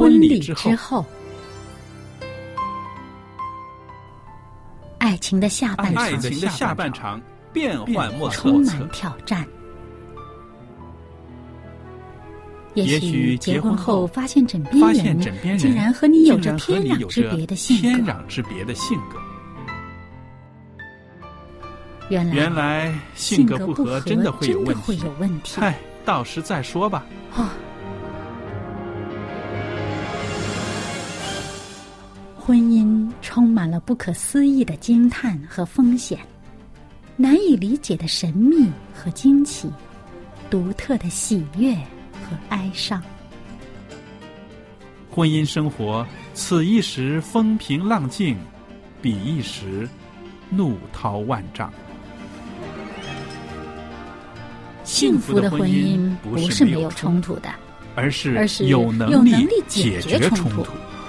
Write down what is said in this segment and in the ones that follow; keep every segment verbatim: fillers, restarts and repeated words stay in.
婚礼之后，爱情的下半场， 爱情的下半场变幻莫测， 充满挑战。也许结婚后发现枕边人竟然和你有着天壤之别的性格， 天壤之别的性格。 原来原来性格不合真的会有问题， 问题嗨，到时再说吧。 哦，婚姻充满了不可思议的惊叹和风险，难以理解的神秘和惊奇，独特的喜悦和哀伤。 婚姻生活，此一时风平浪静，彼一时怒涛万丈。 幸福的婚姻不是没有冲突的， 而是而是有能力解决冲突。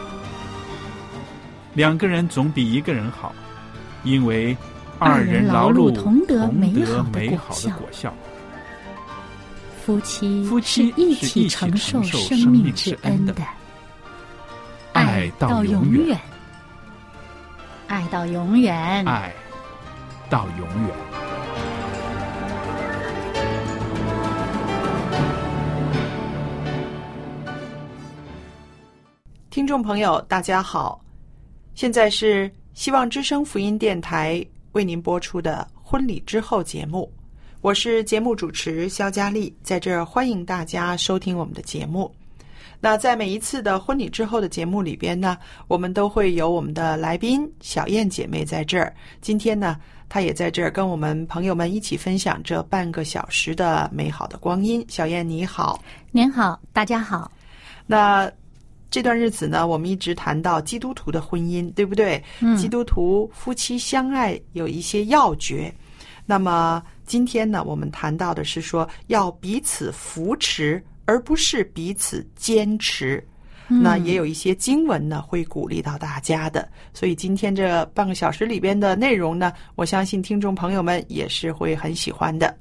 两个人总比一个人好，因为二人劳碌同得美好的果效。 夫妻夫妻是一起承受生命之恩的， 爱到永远， 爱到永远， 爱到永远。 听众朋友大家好，现在是希望之声福音电台为您播出的婚礼之后节目，我是节目主持肖佳丽，在这儿欢迎大家收听我们的节目。那在每一次的婚礼之后的节目里边呢，我们都会有我们的来宾小燕姐妹在这儿，今天呢她也在这儿跟我们朋友们一起分享这半个小时的美好的光阴。小燕你好。 您好，大家好。 那这段日子呢，我们一直谈到基督徒的婚姻，对不对？嗯，基督徒夫妻相爱有一些要诀。那么今天呢，我们谈到的是说要彼此扶持，而不是彼此坚持。嗯，那也有一些经文呢会鼓励到大家的。所以今天这半个小时里边的内容呢，我相信听众朋友们也是会很喜欢的。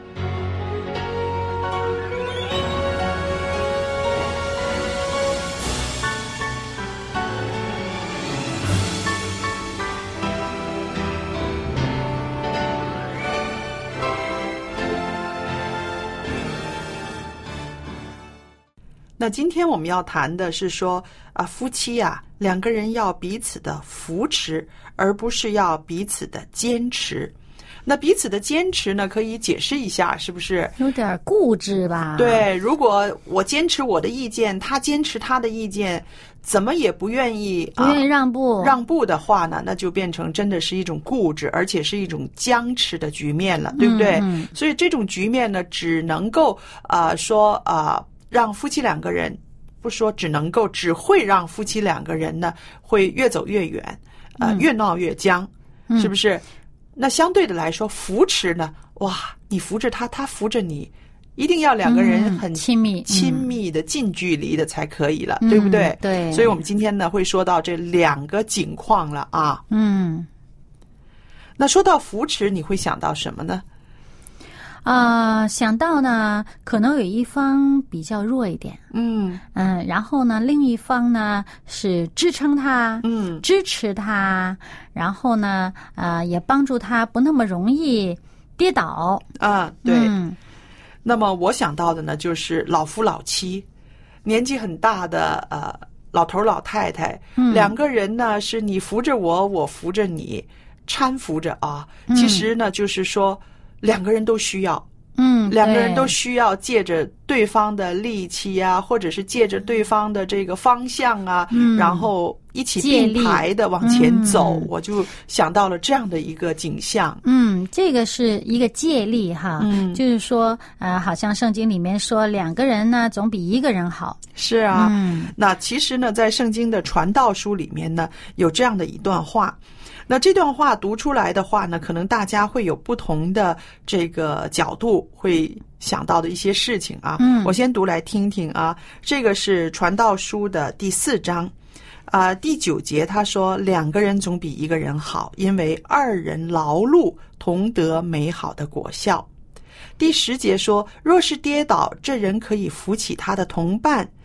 那今天我们要谈的是说啊，夫妻啊，两个人要彼此的扶持，而不是要彼此的坚持。那彼此的坚持呢，可以解释一下，是不是有点固执吧？ 对，如果我坚持我的意见，他坚持他的意见，怎么也不愿意不愿意让步、 啊、让步的话呢，那就变成真的是一种固执，而且是一种僵持的局面了，对不对？ 嗯嗯， 所以这种局面呢，只能够啊、呃、说啊。呃让夫妻两个人，不说只能够，只会让夫妻两个人呢会越走越远，呃，嗯、越闹越僵，是不是？嗯、那相对的来说，扶持呢，哇，你扶着他，他扶着你，一定要两个人很亲密、 亲密的、近距离的才可以了，嗯、对不对？ 对。 所以我们今天呢会说到这两个景况了啊。 嗯。 那说到扶持，你会想到什么呢？ 啊、呃，想到呢，可能有一方比较弱一点， 嗯嗯，然后呢，另一方呢是支撑他， 嗯， 支持他，然后呢，呃，也帮助他不那么容易跌倒啊，对。 嗯， 那么我想到的呢，就是老夫老妻，年纪很大的呃老头老太太， 嗯， 两个人呢是你扶着我，我扶着你，搀扶着啊。其实呢，嗯、就是说。两个人都需要， 嗯， 两个人都需要借着对方的力气啊，或者是借着对方的这个方向啊， 嗯， 然后一起并排的往前走。 嗯、 我就想到了这样的一个景象。 嗯，这个是一个借力哈， 嗯， 就是说，呃，好像圣经里面说两个人呢总比一个人好。 是啊， 嗯， 那其实呢，在圣经的传道书里面呢，有这样的一段话。那这段话读出来的话呢，可能大家会有不同的这个角度会想到的一些事情啊。 嗯， 我先读来听听啊。这个是传道书的第四章，啊、呃，第九节他说，两个人总比一个人好，因为二人劳碌同得美好的果效。第十节说，若是跌倒，这人可以扶起他的同伴，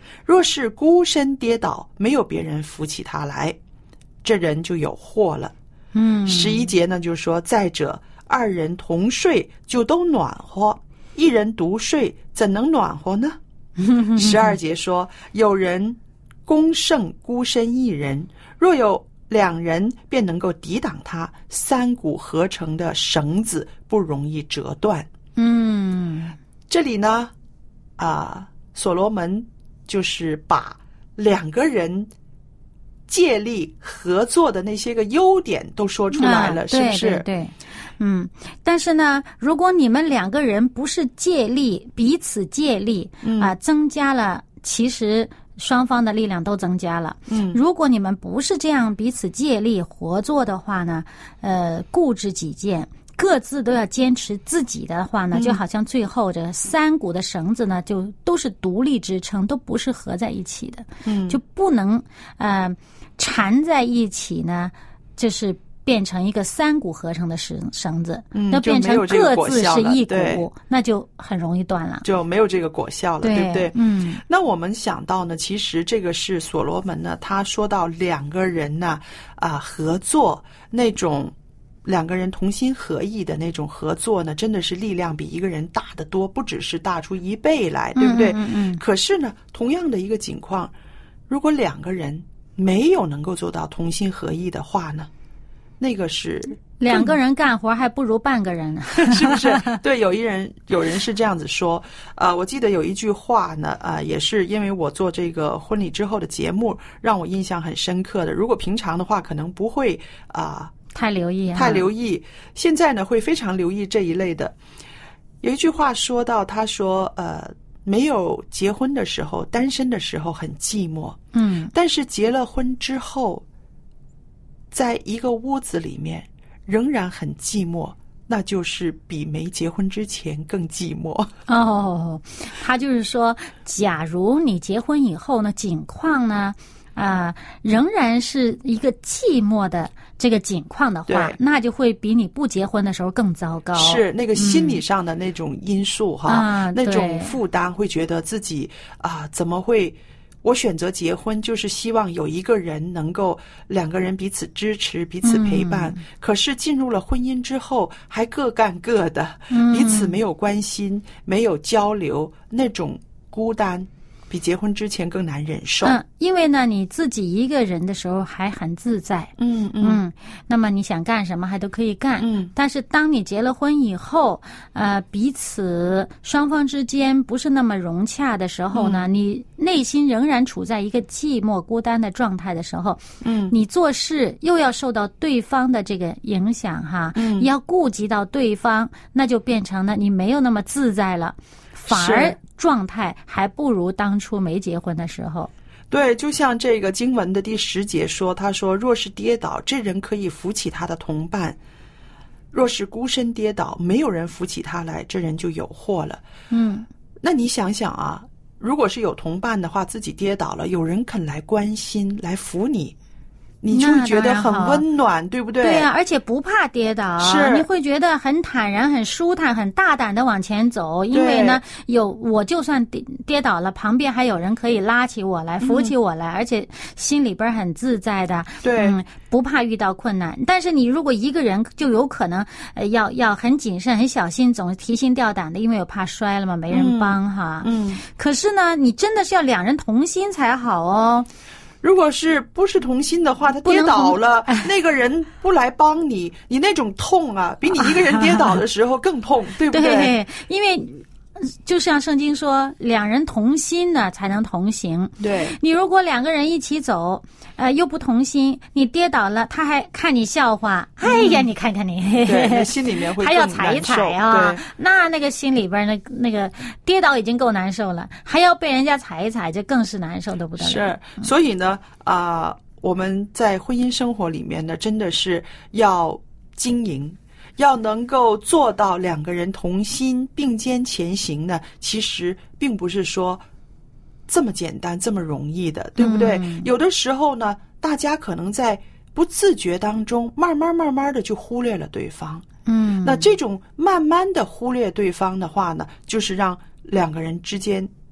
若是孤身跌倒，没有别人扶起他来，这人就有祸了。 嗯， 十一节呢，就是说，再者，二人同睡就都暖和，一人独睡怎能暖和呢？十二节说，有人攻胜孤身一人，若有两人便能够抵挡他，三股合成的绳子不容易折断。 嗯， 这里呢，啊、所罗门就是把两个人借力合作的那些个优点都说出来了， 啊、 是不是？ 对对对，嗯。但是呢，如果你们两个人不是借力，彼此借力， 嗯啊、增加了，其实双方的力量都增加了。 嗯， 如果你们不是这样彼此借力合作的话呢，呃，固执己见，各自都要坚持自己的话呢，就好像最后这三股的绳子呢，就都是独立支撑，都不是合在一起的。 嗯， 就不能呃缠在一起呢，就是变成一个三股合成的绳绳子， 嗯要变成就没有这个各自果效了是一对股，那就很容易断了。 就没有这个果效了， 对对不对？ 嗯， 那我们想到呢，其实这个是所罗门呢，他说到两个人呢，啊、合作那种两个人同心合意的那种合作呢，真的是力量比一个人大得多，不只是大出一倍来，对不对？ 嗯嗯嗯可是呢，同样的一个情况，如果两个人没有能够做到同心合意的话呢，那个是两个人干活还不如半个人呢。 是不是？对，有一人有人是这样子说，呃，我记得有一句话呢，啊、呃，也是因为我做这个婚礼之后的节目，让我印象很深刻的。如果平常的话，可能不会啊、呃、 太留意啊， 太留意。现在呢，会非常留意这一类的。有一句话说到，他说，呃，没有结婚的时候，单身的时候很寂寞， 嗯， 但是结了婚之后，在一个屋子里面仍然很寂寞，那就是比没结婚之前更寂寞。 哦，他就是说，假如你结婚以后呢，境况呢，啊、呃，仍然是一个寂寞的这个境况的话，那就会比你不结婚的时候更糟糕。 是那个心理上的那种因素哈， 嗯、 那种负担，会觉得自己啊，怎么会？我选择结婚，就是希望有一个人能够两个人彼此支持、彼此陪伴。嗯、可是进入了婚姻之后，还各干各的， 嗯、 彼此没有关心、没有交流，那种孤单比结婚之前更难忍受。 嗯，因为呢，你自己一个人的时候还很自在。 嗯嗯。 嗯，那么你想干什么还都可以干。 嗯。 但是当你结了婚以后，呃，彼此双方之间不是那么融洽的时候呢，嗯、你内心仍然处在一个寂寞孤单的状态的时候， 嗯， 你做事又要受到对方的这个影响哈， 嗯， 要顾及到对方，那就变成了你没有那么自在了。反而状态还不如当初没结婚的时候。 对，就像这个经文的第十节说，他说若是跌倒，这人可以扶起他的同伴；若是孤身跌倒，没有人扶起他来，这人就有祸了。 嗯， 那你想想啊，如果是有同伴的话，自己跌倒了，有人肯来关心来扶你，你就会觉得很温暖，对不对？ 对呀、啊，而且不怕跌倒， 是你会觉得很坦然、很舒坦、很大胆的往前走。因为呢，有我就算跌跌倒了，旁边还有人可以拉起我来、扶起我来，嗯、而且心里边很自在的。 对， 嗯，不怕遇到困难。但是你如果一个人，就有可能呃要要很谨慎、很小心，总是提心吊胆的，因为我怕摔了嘛，没人帮、嗯、哈。 嗯。 可是呢，你真的是要两人同心才好哦。 如果是不是同心的话，他跌倒了，那个人不来帮你，你那种痛啊，比你一个人跌倒的时候更痛，对不对？ 对，因为就像圣经说，两人同心呢才能同行。 对， 你如果两个人一起走，呃，又不同心，你跌倒了，他还看你笑话。嗯、哎呀，你看看你， 对，心里面会还要踩一踩啊。那那个心里边那那个跌倒已经够难受了，还要被人家踩一踩，这更是难受的不得了。 是，所以呢，啊、呃，我们在婚姻生活里面呢，真的是要经营。要能够做到两个人同心并肩前行呢，其实并不是说这么简单这么容易的，对不对？嗯、有的时候呢，大家可能在不自觉当中慢慢慢慢的就忽略了对方。 嗯， 那这种慢慢的忽略对方的话呢，就是让两个人之间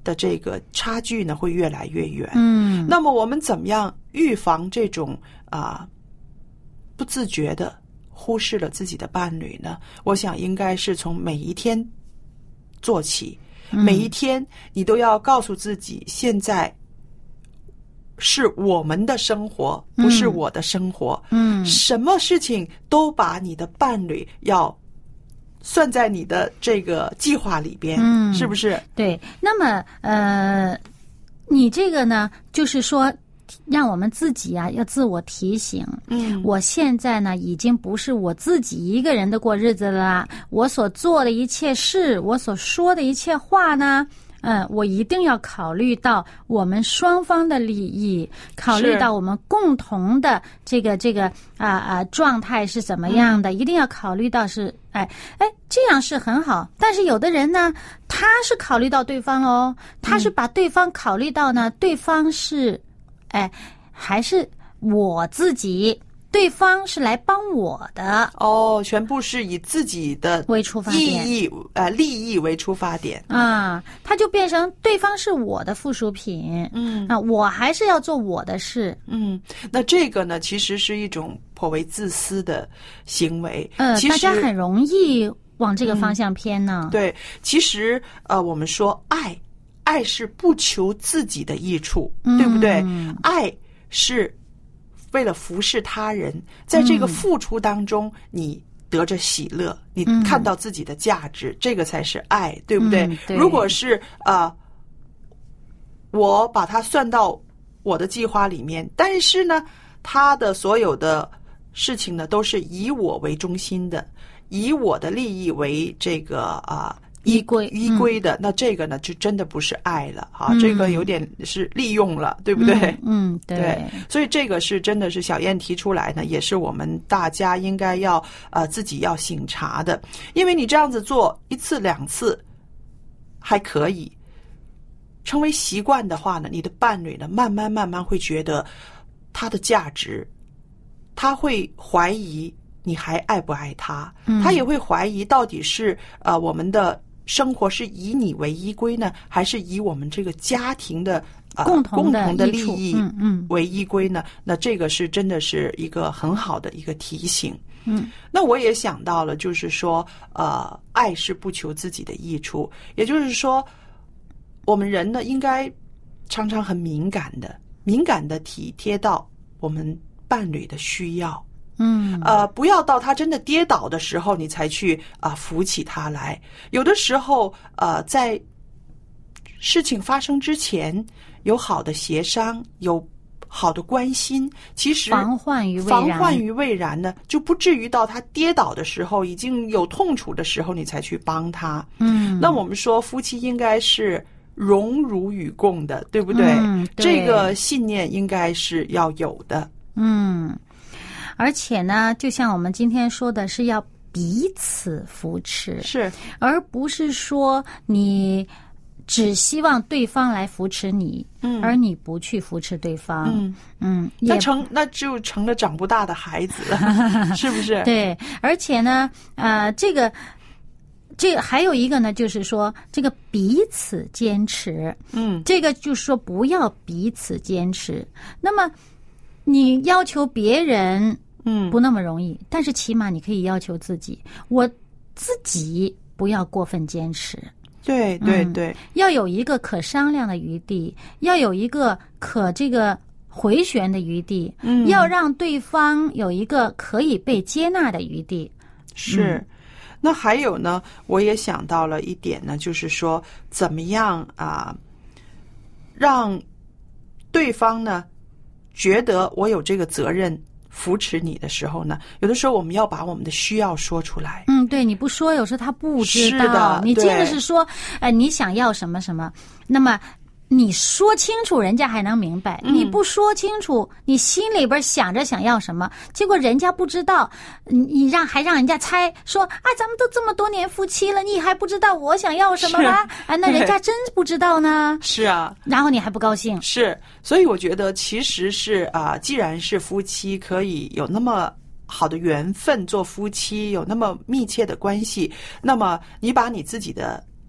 的这个差距呢会越来越远。 嗯， 那么我们怎么样预防这种啊不自觉的忽视了自己的伴侣呢？我想应该是从每一天做起， 嗯、 每一天你都要告诉自己，现在是我们的生活，不是我的生活。 嗯， 什么事情都把你的伴侣要算在你的这个计划里边， 嗯， 是不是？ 对。那么，呃，你这个呢，就是说，让我们自己啊，要自我提醒。 嗯， 我现在呢，已经不是我自己一个人的过日子了。我所做的一切事，我所说的一切话呢，嗯，我一定要考虑到我们双方的利益，考虑到我们共同的这个这个啊啊状态是怎么样的，嗯、一定要考虑到是哎哎这样是很好。但是有的人呢，他是考虑到对方哦，他是把对方考虑到呢，嗯、对方是哎还是我自己。对方是来帮我的哦，全部是以自己的为出发点， 意义呃利益为出发点啊，他就变成对方是我的附属品， 嗯啊，我还是要做我的事， 嗯，那这个呢，其实是一种颇为自私的行为， 呃， 其实大家很容易往这个方向偏呢。 嗯、对，其实呃，我们说爱，爱是不求自己的益处， 嗯、 对不对？爱是为了服侍他人，在这个付出当中，嗯、你得着喜乐，你看到自己的价值，嗯、这个才是爱，对不对？ 嗯、对， 如果是呃，我把它算到我的计划里面，但是呢，他的所有的事情呢，都是以我为中心的，以我的利益为这个啊。呃依归依归的，嗯、那这个呢，就真的不是爱了哈， 嗯、 这个有点是利用了，对不对？ 嗯，嗯对, 对。所以这个是真的是小燕提出来呢，也是我们大家应该要呃自己要省察的，因为你这样子做一次两次还可以，成为习惯的话呢，你的伴侣呢，慢慢慢慢会觉得他的价值，他会怀疑你还爱不爱他， 嗯、 他也会怀疑到底是呃我们的生活是以你为依归呢，还是以我们这个家庭的呃共同的共同的利益为依归呢？ 嗯嗯、 那这个是真的是一个很好的一个提醒。 嗯， 那我也想到了，就是说，呃，爱是不求自己的益处，也就是说，我们人呢应该常常很敏感的、敏感的体贴到我们伴侣的需要。 嗯， 呃，不要到他真的跌倒的时候，你才去啊、呃、扶起他来。有的时候，呃，在事情发生之前，有好的协商，有好的关心，其实防患于未然， 防患于未然呢，就不至于到他跌倒的时候，已经有痛楚的时候，你才去帮他。 嗯， 那我们说，夫妻应该是荣辱与共的，对不对？ 嗯，对， 这个信念应该是要有的。 嗯。而且呢，就像我们今天说的，是要彼此扶持， 是， 而不是说你只希望对方来扶持你， 嗯， 而你不去扶持对方， 嗯嗯， 那成那就成了长不大的孩子了，是不是？ 对，而且呢，呃，这个这个还有一个呢，就是说这个彼此坚持， 嗯， 这个就是说不要彼此坚持。那么你要求别人。 嗯， 不那么容易，但是起码你可以要求自己，我自己不要过分坚持。 对对对、嗯， 要有一个可商量的余地，要有一个可这个回旋的余地， 嗯， 要让对方有一个可以被接纳的余地。 是， 嗯、 那还有呢，我也想到了一点呢，就是说怎么样啊，让对方呢觉得我有这个责任。扶持你的时候呢，有的时候我们要把我们的需要说出来。 嗯，对，你不说，有时候他不知道。 是的， 你真的是说，呃，你想要什么什么，那么你说清楚，人家还能明白； 嗯、 你不说清楚，你心里边想着想要什么，结果人家不知道，你让还让人家猜说啊，咱们都这么多年夫妻了，你还不知道我想要什么吗？啊，那人家真不知道呢。 是啊， 然后你还不高兴。 是，所以我觉得其实是啊、呃，既然是夫妻，可以有那么好的缘分做夫妻，有那么密切的关系，那么你把你自己的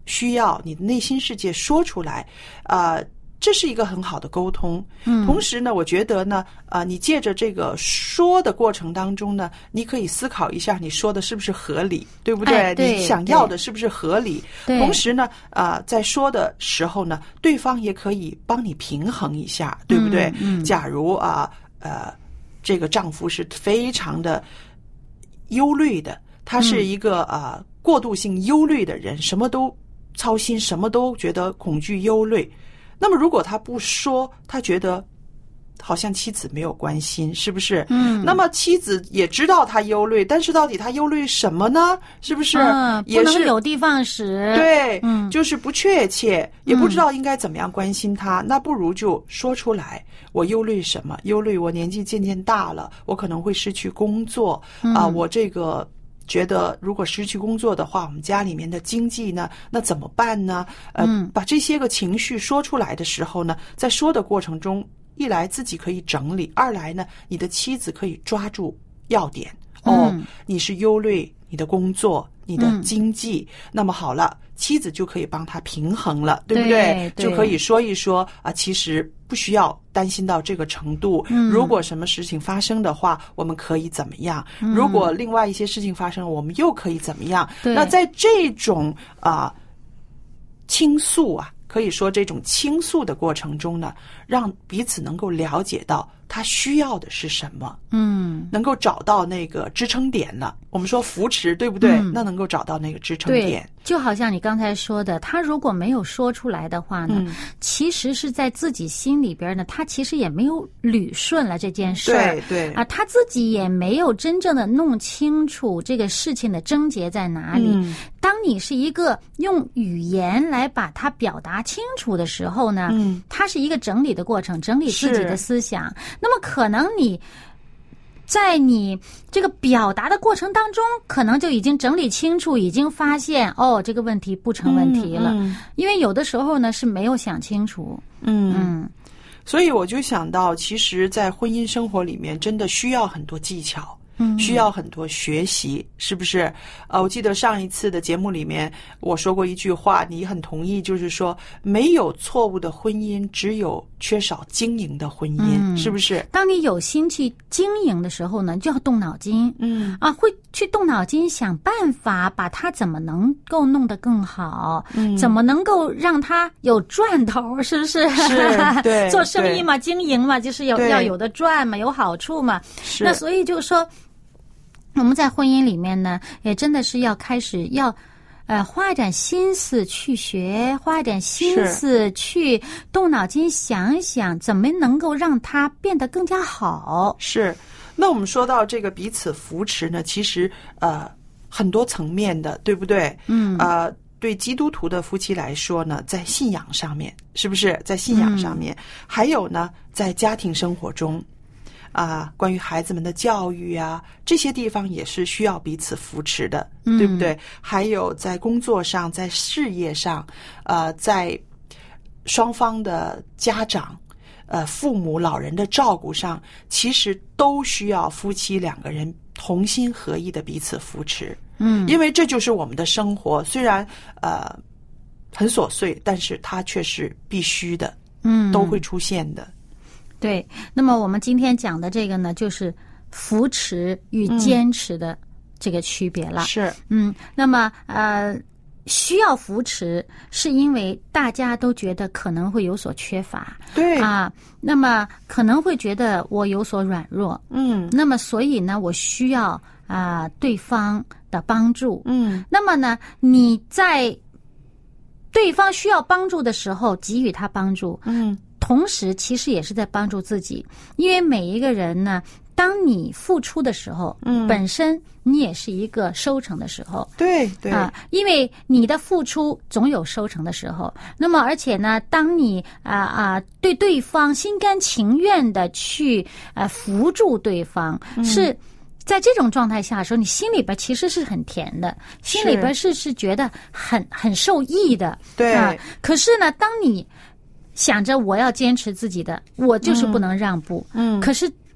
需要、你的内心世界说出来，呃这是一个很好的沟通。嗯，同时呢，我觉得呢，呃，你借着这个说的过程当中呢，你可以思考一下，你说的是不是合理，对不对？ 哎、对你想要的是不是合理？ 对。 同时呢，呃，在说的时候呢，对方也可以帮你平衡一下，对不对？ 嗯。嗯假如啊，呃，这个丈夫是非常的忧虑的，他是一个啊、呃、过度性忧虑的人，什么都操心，什么都觉得恐惧忧虑。那么如果他不说，他觉得好像妻子没有关心，是不是？ 嗯。 那么妻子也知道他忧虑，但是到底他忧虑什么呢？是不是？ 嗯， 也是不能有的放矢。 对， 嗯， 就是不确切，也不知道应该怎么样关心他。嗯、那不如就说出来，我忧虑什么？忧虑我年纪渐渐大了，我可能会失去工作啊、嗯呃，我这个。觉得如果失去工作的话，我们家里面的经济呢，那怎么办呢？呃， 嗯、 把这些个情绪说出来的时候呢，在说的过程中，一来自己可以整理，二来呢，你的妻子可以抓住要点。哦， 嗯、 你是忧虑你的工作、你的经济，嗯、那么好了，妻子就可以帮他平衡了，对不对？ 对， 就可以说一说啊，其实不需要担心到这个程度。嗯、如果什么事情发生的话，我们可以怎么样？嗯、如果另外一些事情发生，我们又可以怎么样？那在这种啊、呃、倾诉啊，可以说这种倾诉的过程中呢，让彼此能够了解到他需要的是什么， 嗯， 能够找到那个支撑点了。我们说扶持，对不对？嗯、那能够找到那个支撑点。 对，就好像你刚才说的，他如果没有说出来的话呢，嗯、其实是在自己心里边呢，他其实也没有捋顺了这件事儿。 对对啊，他自己也没有真正的弄清楚这个事情的症结在哪里。嗯、当你是一个用语言来把它表达清楚的时候呢，嗯，它是一个整理的过程，整理自己的思想。那么可能你在你这个表达的过程当中，可能就已经整理清楚，已经发现哦，这个问题不成问题了。嗯嗯、因为有的时候呢是没有想清楚。 嗯嗯，所以我就想到，其实，在婚姻生活里面，真的需要很多技巧。嗯，需要很多学习，是不是？呃，我记得上一次的节目里面我说过一句话，你很同意，就是说没有错误的婚姻，只有缺少经营的婚姻，嗯、是不是？ 当你有心去经营的时候呢，就要动脑筋，嗯啊，会去动脑筋想办法把它怎么能够弄得更好，嗯、怎么能够让它有赚头，是不是？ 是，对， 做生意嘛，经营嘛，就是有要有的赚嘛，有好处嘛。 是， 那所以就是说。我们在婚姻里面呢，也真的是要开始要，呃，花一点心思去学，花一点心思去动脑筋想想，怎么能够让它变得更加好。 是，那我们说到这个彼此扶持呢，其实呃很多层面的，对不对？嗯，呃，对基督徒的夫妻来说呢，在信仰上面，是不是在信仰上面？嗯、还有呢，在家庭生活中。啊，关于孩子们的教育啊，这些地方也是需要彼此扶持的，嗯、对不对？还有在工作上，在事业上，呃，在双方的家长、呃父母、老人的照顾上，其实都需要夫妻两个人同心合意的彼此扶持。嗯，因为这就是我们的生活，虽然呃很琐碎，但是它却是必须的，嗯，都会出现的。 对，那么我们今天讲的这个呢，就是扶持与坚持的这个区别了。 嗯、是， 嗯，那么呃，需要扶持，是因为大家都觉得可能会有所缺乏， 对啊，那么可能会觉得我有所软弱，嗯，那么所以呢，我需要啊、呃、对方的帮助，嗯，那么呢，你在对方需要帮助的时候给予他帮助，嗯。同时其实也是在帮助自己，因为每一个人呢，当你付出的时候，嗯，本身你也是一个收成的时候， 对对啊，因为你的付出总有收成的时候。那么而且呢，当你啊啊对对方心甘情愿的去呃扶助对方，嗯、是在这种状态下的时候，你心里边其实是很甜的，心里边是是觉得很很受益的， 对啊。可是呢，当你想着我要坚持自己的，我就是不能让步。嗯，可是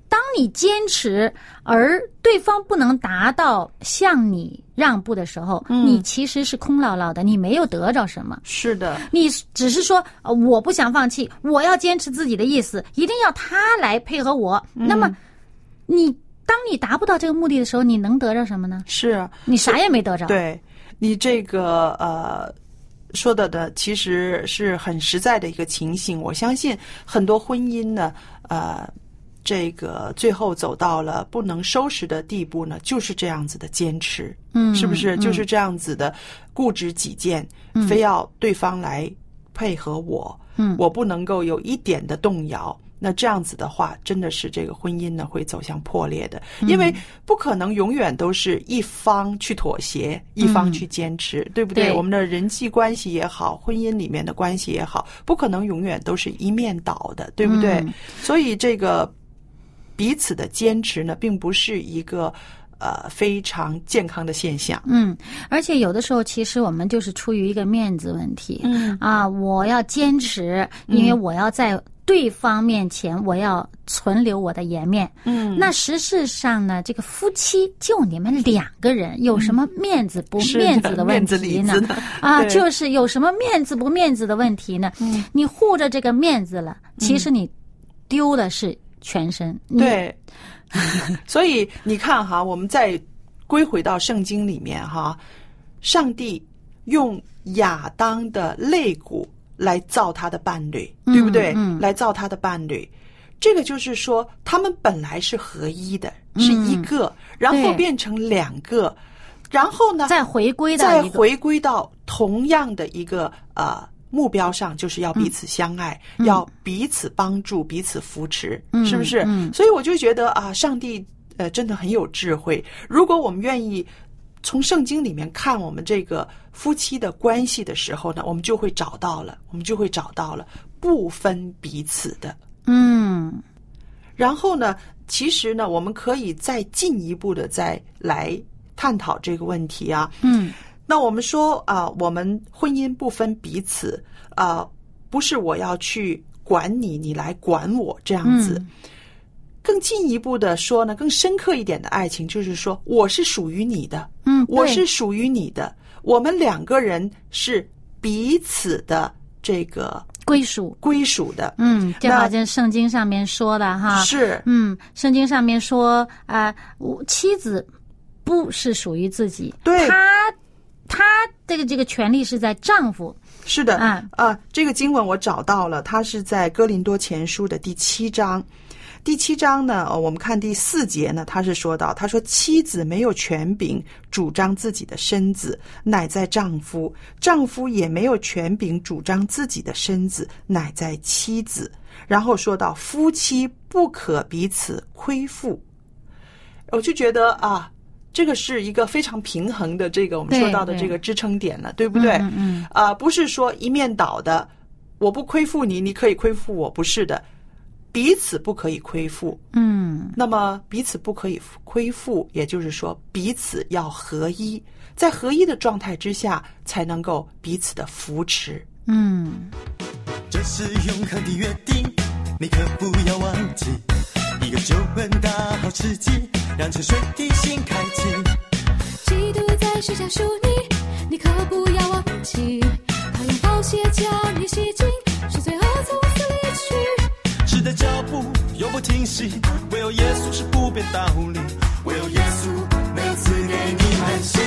当你坚持，而对方不能达到向你让步的时候，嗯、你其实是空落落的，你没有得着什么。 是的， 你只是说、呃、我不想放弃，我要坚持自己的意思，一定要他来配合我。嗯、那么，你当你达不到这个目的的时候，你能得着什么呢？ 是你啥也没得着。 对，你这个呃。说的的其实是很实在的一个情形，我相信很多婚姻呢，呃，这个最后走到了不能收拾的地步呢，就是这样子的坚持，嗯，是不是？嗯、就是这样子的固执己见，嗯、非要对方来配合我，嗯，我不能够有一点的动摇。那这样子的话，真的是这个婚姻呢会走向破裂的，因为不可能永远都是一方去妥协，嗯、一方去坚持，对不对？对，我们的人际关系也好，婚姻里面的关系也好，不可能永远都是一面倒的，对不对？嗯、所以这个彼此的坚持呢，并不是一个呃非常健康的现象。 嗯，而且有的时候其实我们就是出于一个面子问题。嗯啊，我要坚持，因为我要在对方面前我要存留我的颜面。嗯，那实事上呢，这个夫妻就你们两个人，有什么面子不面子的问题呢？啊，就是有什么面子不面子的问题呢？嗯，你护着这个面子了，其实你丢的是全身。 嗯、对。所以你看哈，我们再归回到圣经里面哈，上帝用亚当的肋骨来造他的伴侣，对不对？嗯嗯、来造他的伴侣，这个就是说他们本来是合一的，嗯、是一个，然后变成两个，然后呢再回归到再回归到同样的一个呃目标上，就是要彼此相爱，嗯、要彼此帮助，彼此扶持，嗯、是不是？嗯、所以我就觉得啊，上帝呃真的很有智慧。如果我们愿意从圣经里面看我们这个夫妻的关系的时候呢，我们就会找到了，我们就会找到了不分彼此的。嗯，然后呢，其实呢，我们可以再进一步的再来探讨这个问题啊。嗯，那我们说啊、呃，我们婚姻不分彼此啊、呃，不是我要去管你，你来管我这样子。嗯，更进一步的说呢，更深刻一点的爱情就是说，我是属于你的，嗯，我是属于你的，我们两个人是彼此的这个归属归属的， 嗯，就好像圣经上面说的哈， 是， 嗯，圣经上面说啊、呃，妻子不是属于自己， 对， 他他这个这个权利是在丈夫。 是的，啊啊，这个经文我找到了，它是在哥林多前书的第七章。第七章呢，我们看第四节呢，他是说到，他说妻子没有权柄主张自己的身子，乃在丈夫；丈夫也没有权柄主张自己的身子，乃在妻子。然后说到夫妻不可彼此亏负，我就觉得啊，这个是一个非常平衡的这个我们说到的这个支撑点了， 对, 对不对？嗯嗯啊、呃，不是说一面倒的，我不亏负你，你可以亏负我，不是的。彼此不可以亏负，嗯，那么彼此不可以亏负，也就是说彼此要合一，在合一的状态之下，才能够彼此的扶持。嗯， 这是永恒的约定，你可不要忘记，一个酒本大好时机，让沉睡的心开启。 基督在十架属你，你可不要忘记，他用宝血将你洗净，是罪恶从此离去。 时的脚步永不停息，唯有耶稣是不变道理，唯有耶稣能赐给你安息。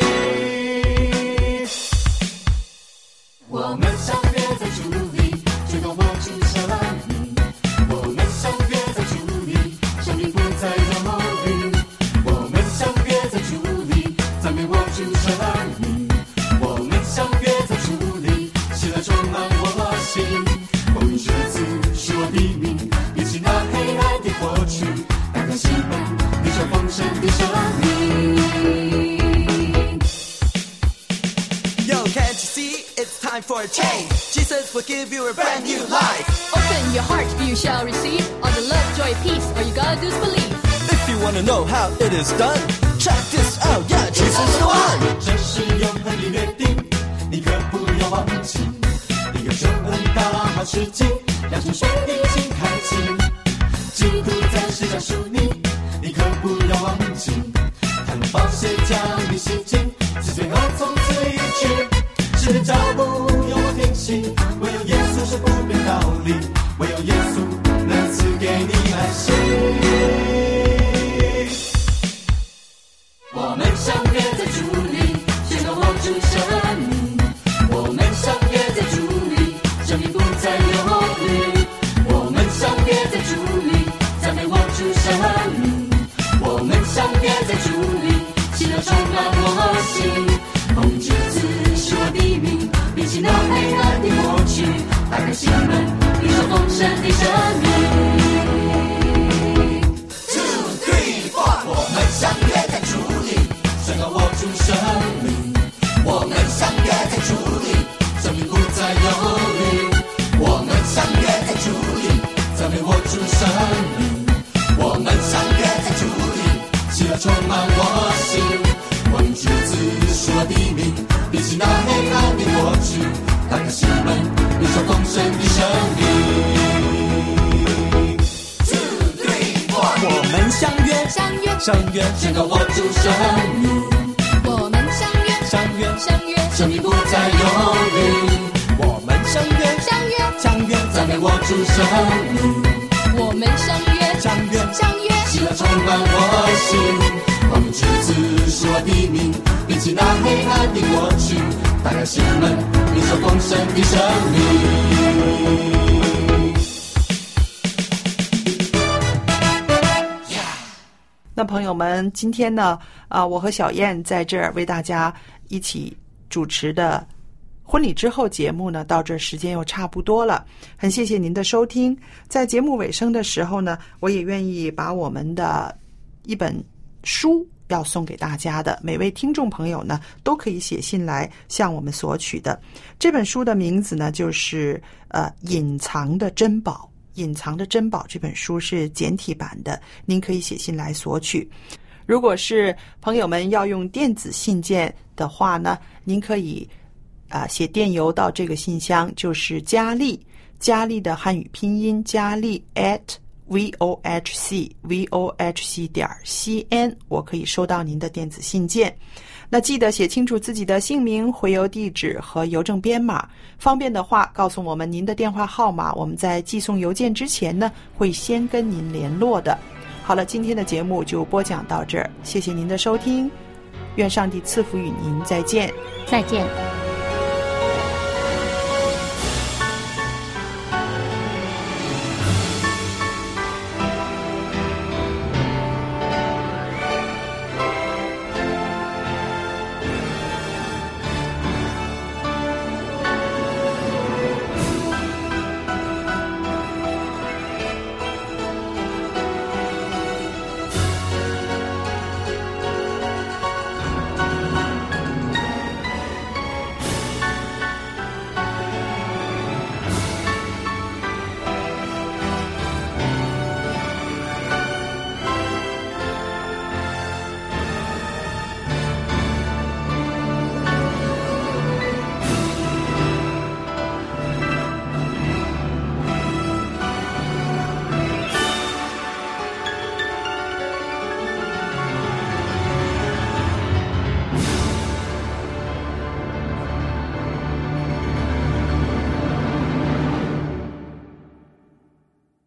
我们相约在主里，直到我主降临。我们相约在主里，生命不再有忧虑。我们相约在主里，赞美我主降临。我们相约在主里，喜乐充满我心。风雨之子是我的名，比起那黑暗的过去，打开心门，领受丰盛的生命。Yo, can't you see it's time for a change? Jesus will give you a brand new life. Open your heart, you shall receive all the love, joy, peace. All you gotta do is believe. If you wanna know how it is done, check this out. Yeah, Jesus is the one. 这是永恒的约定，你可不要忘记。一个救恩大好时机，让沉睡的心开启。基督在世想属你，你可不要忘记。他用宝血将你洗净，是罪恶从此离去。是的脚步永不停息，唯有耶稣是不变道理，唯有耶稣能赐给你安息。我们相约在主里，宣告握住生命。我们相约在主里，生命不再忧虑。我们相约在主里，赞美握住生命。我们相约在主里，喜乐充满我心。奉主赐是我的名，比起那黑暗的过去，打开心门，领受丰盛的生命。Two, three, four， 我们相约在主里，宣告握住生命。我们相约在主里，生命不再忧虑。我们相约在主里，赞美握住生命。我们相约在主里，喜乐充满我心。我主子是我的名，比起那黑暗的过去，打开心门，领受丰盛的生命。Two, three, four， 我们相约， 相约， 相约，宣告握住生命。 我们相约， 相约， 相约， 生命不再忧虑。我们相约， 相约， 相约，赞美握住生命。 我们相约， 相约， 相约， 喜乐充满我心。我们主子是我的名，比起那黑暗的过去，打开心门，领受丰盛的生命。 那朋友们，今天呢，啊，我和小燕在这儿为大家一起主持的婚礼之后节目呢，到这时间又差不多了，很谢谢您的收听。在节目尾声的时候呢，我也愿意把我们的一本书要送给大家的，每位听众朋友呢都可以写信来向我们索取的。这本书的名字呢就是呃隐藏的珍宝。隐藏的珍宝这本书是简体版的，您可以写信来索取。如果是朋友们要用电子信件的话呢，您可以啊、呃、写电邮到这个信箱，就是佳丽，佳丽的汉语拼音佳丽 at vohc vohc 点 cn， 我可以收到您的电子信件。那记得写清楚自己的姓名、回邮地址和邮政编码，方便的话告诉我们您的电话号码，我们在寄送邮件之前呢会先跟您联络的。好了，今天的节目就播讲到这儿，谢谢您的收听，愿上帝赐福与您，再见。 再见。